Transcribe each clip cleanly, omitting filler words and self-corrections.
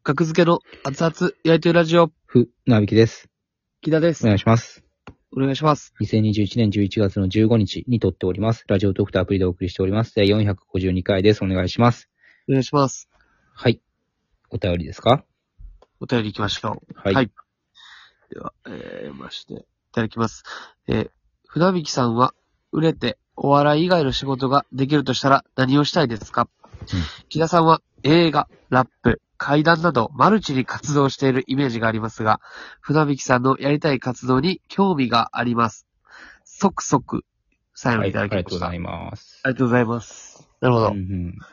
格付けの熱々焼いてるラジオ、 なびきです。 木田です。 お願いします。 お願いします。 2021年11月の15日に撮っております。ラジオトークとアプリでお送りしております。第452回です。お願いします。 お願いします。 はい。お便りですか？ お便り行きましょう。 はい。 では、まして、いただきます。船引さんは、売れてお笑い以外の仕事ができるとしたら何をしたいですか？木田さんは映画、ラップ、怪談などマルチに活動しているイメージがありますが、船引さんのやりたい活動に興味があります。即最後にいただきました。 ありがとうございます。 ありがとうございます。なるほど。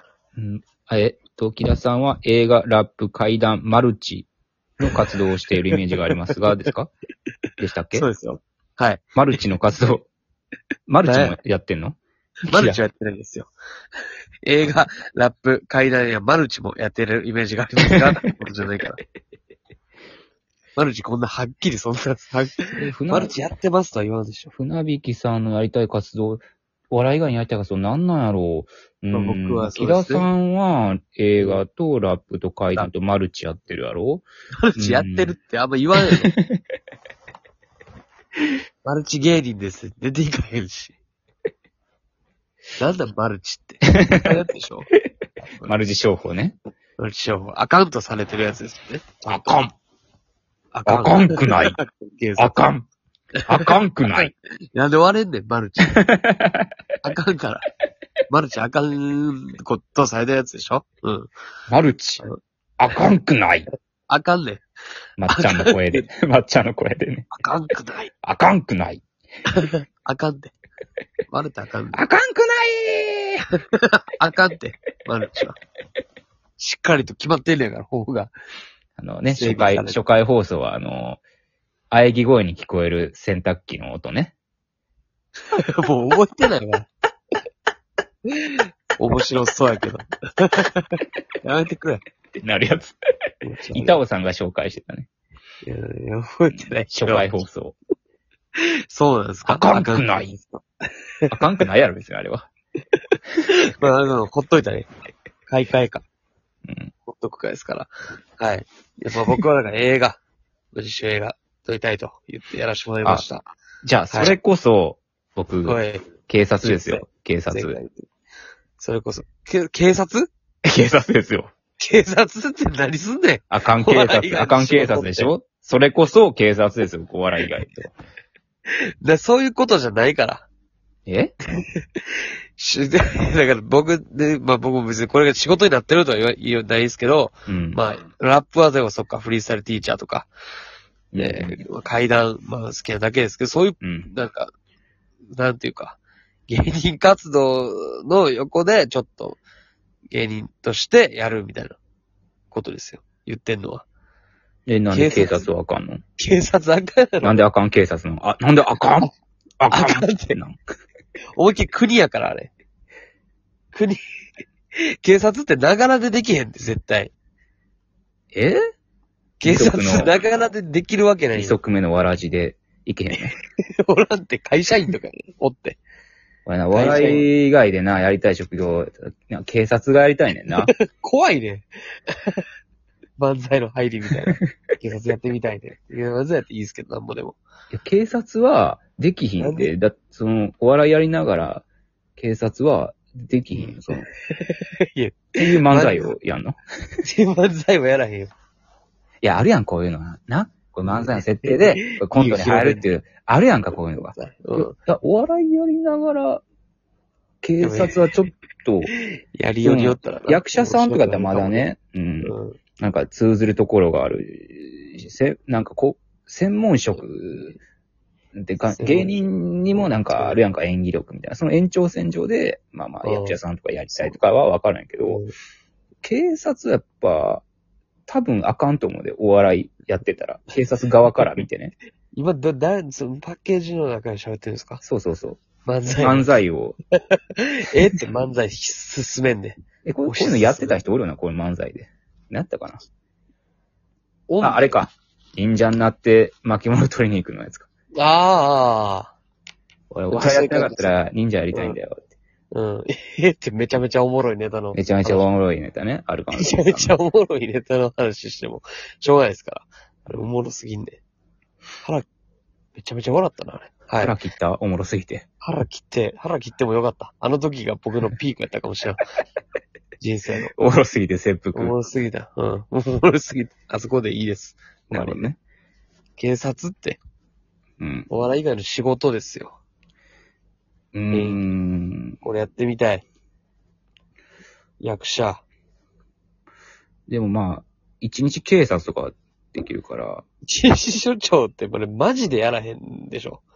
木田さんは映画、ラップ、怪談、マルチの活動をしているイメージがありますが、ですか？でしたっけ？ そうですよ。はい。 マルチの活動。マルチもやってんの？ マルチはやってないんですよ。映画、ラップ、怪談やマルチもやってるイメージがありますが、ってことじゃないから。マルチこんなはっきりそんな、マルチやってますとは言わんでしょ。 船引さんのやりたい活動、お笑い以外にやりたい活動何なんやろう。 僕はそう木ですね。 田さんは映画とラップと怪談とマルチやってるやろ？ マルチやってるってあんま言わないの。マルチ芸人です。出ていかへんし。なんだマルチって。やつでしょ？ マルチ商法ね。 マルチ商法。アカウントされてるやつですよね。 あかん。 ああかんくない。あかん。あかんくない。 なんで割れんねん、マルチ。あかんから。マルチあかんことされたやつでしょ？うん。 マルチ。あかんくない。 あかんねん。 まっちゃんの声で。まっちゃんの声でね。 あかんくない。 あかんくない。 あかんで。割れたらあかんで。 あかんくないあかんで。マルチは。しっかりと決まってんねんから、方が。 初回放送は喘ぎ声に聞こえる洗濯機の音ね。 もう覚えてないわ。面白そうやけど。やめてくれ。 ってなるやつ。板尾さんが紹介してたね。 いや、覚えてない。 初回放送。 そうなんですか？ あかんくない。あかんくないやろ、別にあれは。 まあ、ほっといたね。買い替えか。 うん。 ほっとくかですから。はい。やっぱ僕はだから映画、自主映画撮りたいと言ってやらせてもらいました。 じゃあ、それこそ、僕、 おい、 警察ですよ。警察。 それこそ、警察？ 警察ですよ。 警察って何すんねん。 あかん警察、あかん警察でしょ？それこそ警察ですよ、お笑い以外と。 そういうことじゃないから。 え？ だから僕で、まあ僕も別にこれが仕事になってるとは言わないですけど、 うん。 まあ、ラップはでもそっか、フリースタイルティーチャーとか、 うん階段、まあ好きなだけですけど、そういう、 うん。 なんか、なんていうか、芸人活動の横でちょっと芸人としてやるみたいなことですよ。言ってんのは。 なんで警察はあかんの？ 警察あかんやろ。 なんであかん警察の？なんであかん？あかんってなん。 思いっきり国やから、あれ。国、警察ってながらでできへんって、絶対。警察ながらでできるわけないよ。 二足目のわらじでいけへんね。 おらんって会社員とかおって。 お笑い以外でな、やりたい職業、警察がやりたいねんな。 怖いね。漫才の入りみたいな。警察やってみたいね。いや、漫才やっていいですけど、なんもでも。 警察はできひんで、お笑いやりながら、警察はできひん。 いや、 っていう漫才をやんの？ 漫才はやらへんよ。 いや、あるやん、こういうのは。これ漫才の設定で、これコントに入るっていう、あるやんか、こういうのが。お笑いやりながら、警察はちょっと、 やりよりよったらな。 役者さんとかってまだね、なんか通ずるところがあるし、なんか専門職って芸人にもなんかあるやんか、演技力みたいな。その延長線上で、まあ役者さんとかやりたいとかはわかるんやけど、警察はやっぱ、多分あかんと思うで、お笑いやってたら。警察側から見てね。 今、そのパッケージの中で喋ってるんですか？ そう。 漫才を。 って漫才進めんね。 こういうのやってた人おるよな、こういう漫才で。何やったかな。あれか。忍者になって巻物取りに行くのやつか。 ああ。 俺、お笑いやってなかったら忍者やりたいんだよって。 うん。ってめちゃめちゃおもろいネタの。 めちゃめちゃおもろいネタね、あるかもめちゃしれない。 めちゃおもろいネタの話しても、しょうがないですから。あれおもろすぎんね。めちゃめちゃ笑ったな、あれ。はい。 腹切ったおもろすぎて。 腹切ってもよかった。あの時が僕のピークやったかもしれん。人生の。 おもろすぎて切腹。 おもろすぎた。うん。おもろすぎた。あそこでいいです。 なるほどね。 警察って、 うん。 お笑い以外の仕事ですよ。これやってみたい。役者。 でもまあ、一日警察とかできるから。 一日所長ってこれマジでやらへんでしょ。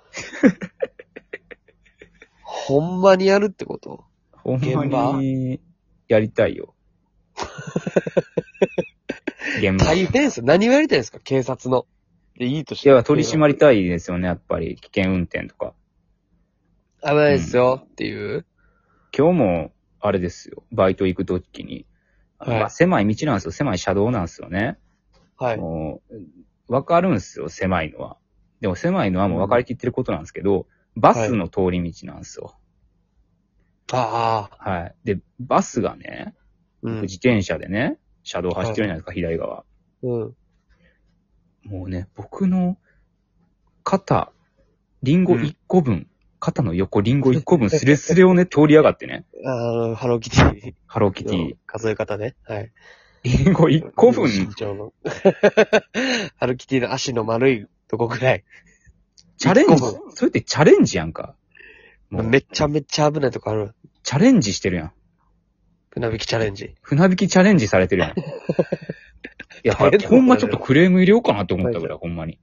ほんまにやるってこと？ ほんまに、やりたいよ。現場。 大変ですよ。何をやりたいんですか警察の。で、いいとして。 いや、取り締まりたいですよね、やっぱり。危険運転とか。 危ないですよ、っていう。 今日も、あれですよ。バイト行くときに。 はいまあ、狭い道なんですよ。狭い車道なんですよね。 はい。 もう、わかるんですよ、狭いのは。でも狭いのはもう分かりきってることなんですけど、バスの通り道なんですよ。 ああ。 はい。で、バスがね、 うん。 自転車でね、車道走ってるじゃないですか、左側。 うん。 もうね、僕の肩、リンゴ1個分、肩の横リンゴ1個分スレスレをね、通りやがってね。 ハローキティ。 ハローキティ。 数え方ね。はい。 リンゴ1個分。 身長のハローキティの足の丸いとこくらい。 チャレンジ 1個分それってチャレンジやんか。もうめちゃめちゃ危ないとこある。 チャレンジしてるやん。 船引きチャレンジ。 船引きチャレンジされてるやん。いや、 大変だほんまちょっとクレーム入れようかなって思ったぐらい、ほんまに。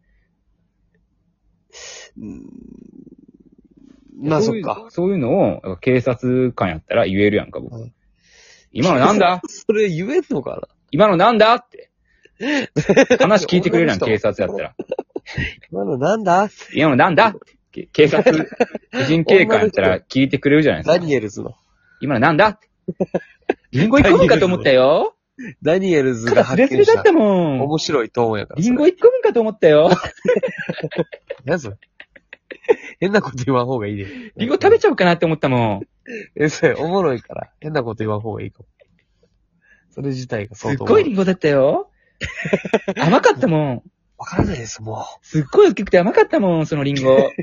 まあそっか。 そういうのを、警察官やったら言えるやんか、僕。 はい今のなんだそれ言えんのか今のなんだって。話聞いてくれるやん、警察やったら。 な今のなんだ今のなんだって警察、婦人警官やったら聞いてくれるじゃないですダか。 ニエルズの。 今のなんだってリンゴ1個分かと思ったよ。 ダニエルズが肩スレスレだったもん。 面白いトーンやから。 リンゴ1個分かと思ったよ。 何それ変なこと言わん方がいいで。 リンゴ食べちゃおうかなって思ったもん。 それおもろいから、変なこと言わん方がいいかも。それ自体がす相当。 っごいリンゴだったよ。甘かったもん。 わからないです、もすっごい大きくて甘かったもん、そのリンゴ。 う。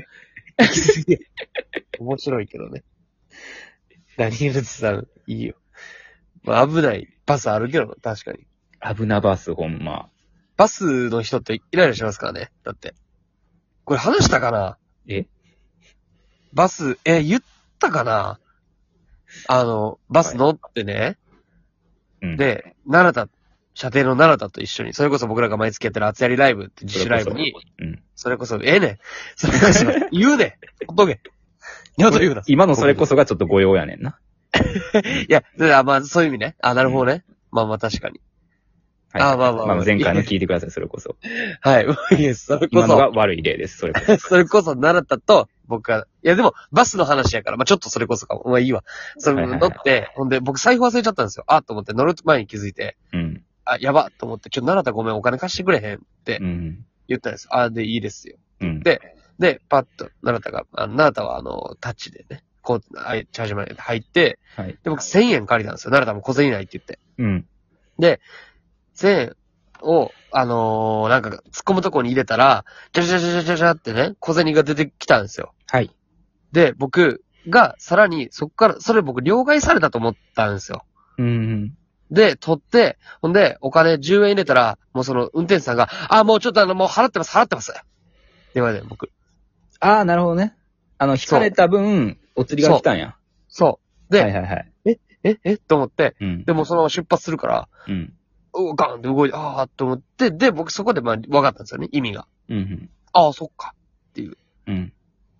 面白いけどね。ダニエルズさん、いいよ。まあ、危ないバスあるけど、確かに。 危なバス、ほんま。 バスの人ってイライラしますからね。だって。これ話したかなえバス、言ったかなバス乗ってね。 うん。 で、射程の奈良田と一緒に、それこそ僕らが毎月やってる厚やりライブって自主ライブに、 うん。 それこそ、ええねん。それこそ、言うねほっとけ。二度と言うな。 今のそれこそがちょっと御用やねんな。 いや、まあ、そういう意味ね。あ、なるほどね。まあまあ確かに。 はい。 あまあまあまあ前回の聞いてください、それこそ。 はい。いや、それこ今のがそ、 悪い例です、それこそ。 それこそ奈良田と、僕は、いやでも、バスの話やから、まあちょっとそれこそかも。まあいいわ。それ乗って、ほんで、僕財布忘れちゃったんですよ。あと思って乗る前に気づいて、 うん。 あ、やばと思って、奈良田ごめん、お金貸してくれへんってうん。 言ったんです。あ、で、いいですよ。 うん。 で、パッと、奈良田が、奈良田はタッチでね、こう、チャージまで入って、 はい。 で、僕1000円借りたんですよ。奈良田も小銭ないって言って。 うん。 で、1000円を、なんか、突っ込むとこに入れたら、ジャジャジャジャジャジャってね、小銭が出てきたんですよ。 はい。 で、僕が、さらに、そっから、それ僕、両替されたと思ったんですよ。 うん。 で、取って、ほんで、お金10円入れたら、もうその、運転手さんが、あ、もうちょっともう払ってます、って言われて、僕。 ああ、なるほどね。引かれた分、お釣りが来たんや。 そう。で、 はいはいはい。 と思って、 うん。 でもそのまま出発するから、 うん。 ガーンって動いて、あーと思って、で、僕そこでまあ、分かったんですよね、意味が。 うん。 ああ、そっか。 うん。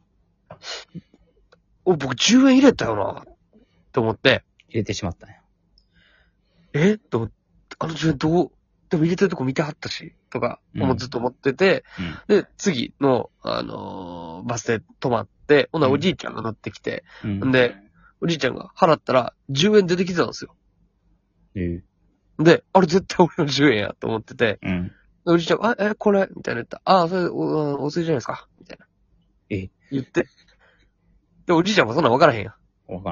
僕10円入れたよな、と思って、 入れてしまったんや。 と思って、あの10円でも入れてるとこ見てはったし、とか、 うんずっと思ってて、で、次の、バスで止まって、ほんならおじいちゃんが乗ってきて、 うん。 で、おじいちゃんが払ったら10円出てきてたんですよ。で、あれ絶対俺の10円やと思ってて、 うん。 でおじいちゃんが、これみたいな言った。ああ、それ、お釣りじゃないですかみたいな。言って。で、おじいちゃんもそんなん分からへんやん。 わからんよ。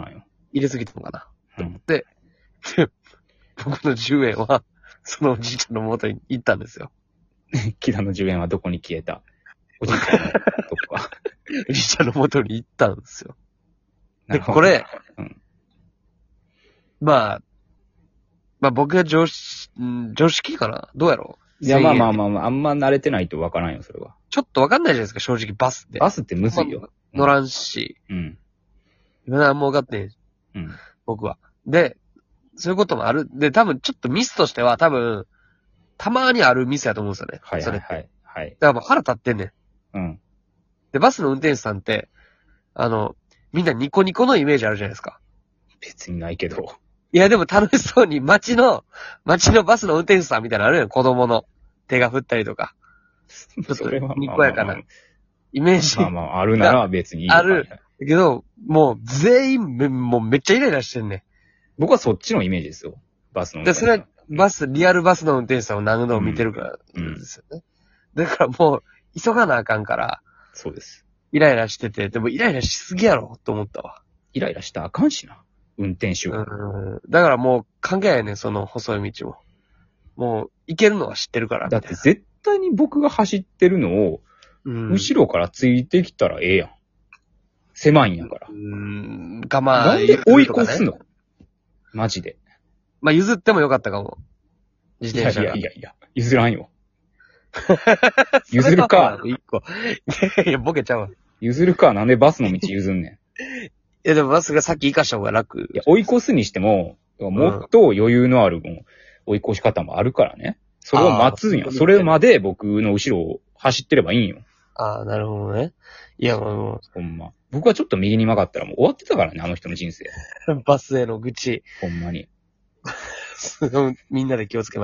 入れすぎたのかな。 うん。 で、僕の10円は、そのおじいちゃんの元に行ったんですよ。 木田の10円はどこに消えた？おじいちゃんのとこか。 おじいちゃんの元に行ったんですよ。で、 なるほどこれ、 うん。 まあ僕が常識かなどうやろういや、まあまあ 1000円まあまあ、あんま慣れてないとわからんよ、それは。 ちょっとわかんないじゃないですか、正直バスって。 バスってむずいよ。 乗らんし、 うん。 何も分かってん、 うん。 僕は。で、そういうこともある。で、多分ちょっとミスとしては、たまにあるミスやと思うんですよね。 はいそれって。 はいはい。はい。 だからもう腹立ってんねん。 うん。 で、バスの運転手さんって、みんなニコニコのイメージあるじゃないですか。 別にないけど。 いや、でも楽しそうに街のバスの運転手さんみたいなのあるやん、子供の手が振ったりとか。ちょっとそれはにこやかなイメージ。 まあまあ、あるなら別にいいよ。 あるはいはいだけど、もう全員もうめっちゃイライラしてんね僕はそっちのイメージですよ。バスのん。で、 運転手それはリアルバスの運転手さんを殴るのを見てるからですよね。だからもう、急がなあかんから、 そうです。 イライラしてて、でもイライラしすぎやろと思ったわ。 イライラしたらあかんしな。運転手が。 だからもう関係ないねん、その細い道も。もう、行けるのは知ってるから。 だって絶対に僕が走ってるのを、後ろからついてきたらええやん。狭いんやから。なんで追い越すの？マジで。 まあ、譲ってもよかったかも。自いや転車が。 いやいやいや、譲らんよ。譲るか。 一個。いや、ボケちゃうわ。い譲るか、なんでバスの道譲んねや、でもバスが先行かした方が楽。 ん。いや、追い越すにしても、もっと余裕のある追い越し方もあるからね。それを待つんや。 あーそれまで僕の後ろを走ってればいいんよ。 ああ、なるほどね。いや、もほんま。僕はちょっと右に曲がったらもう終わってたからね、あの人の人生。 う、バスへの愚痴、 ほんまに。 みんなで気をつけましょう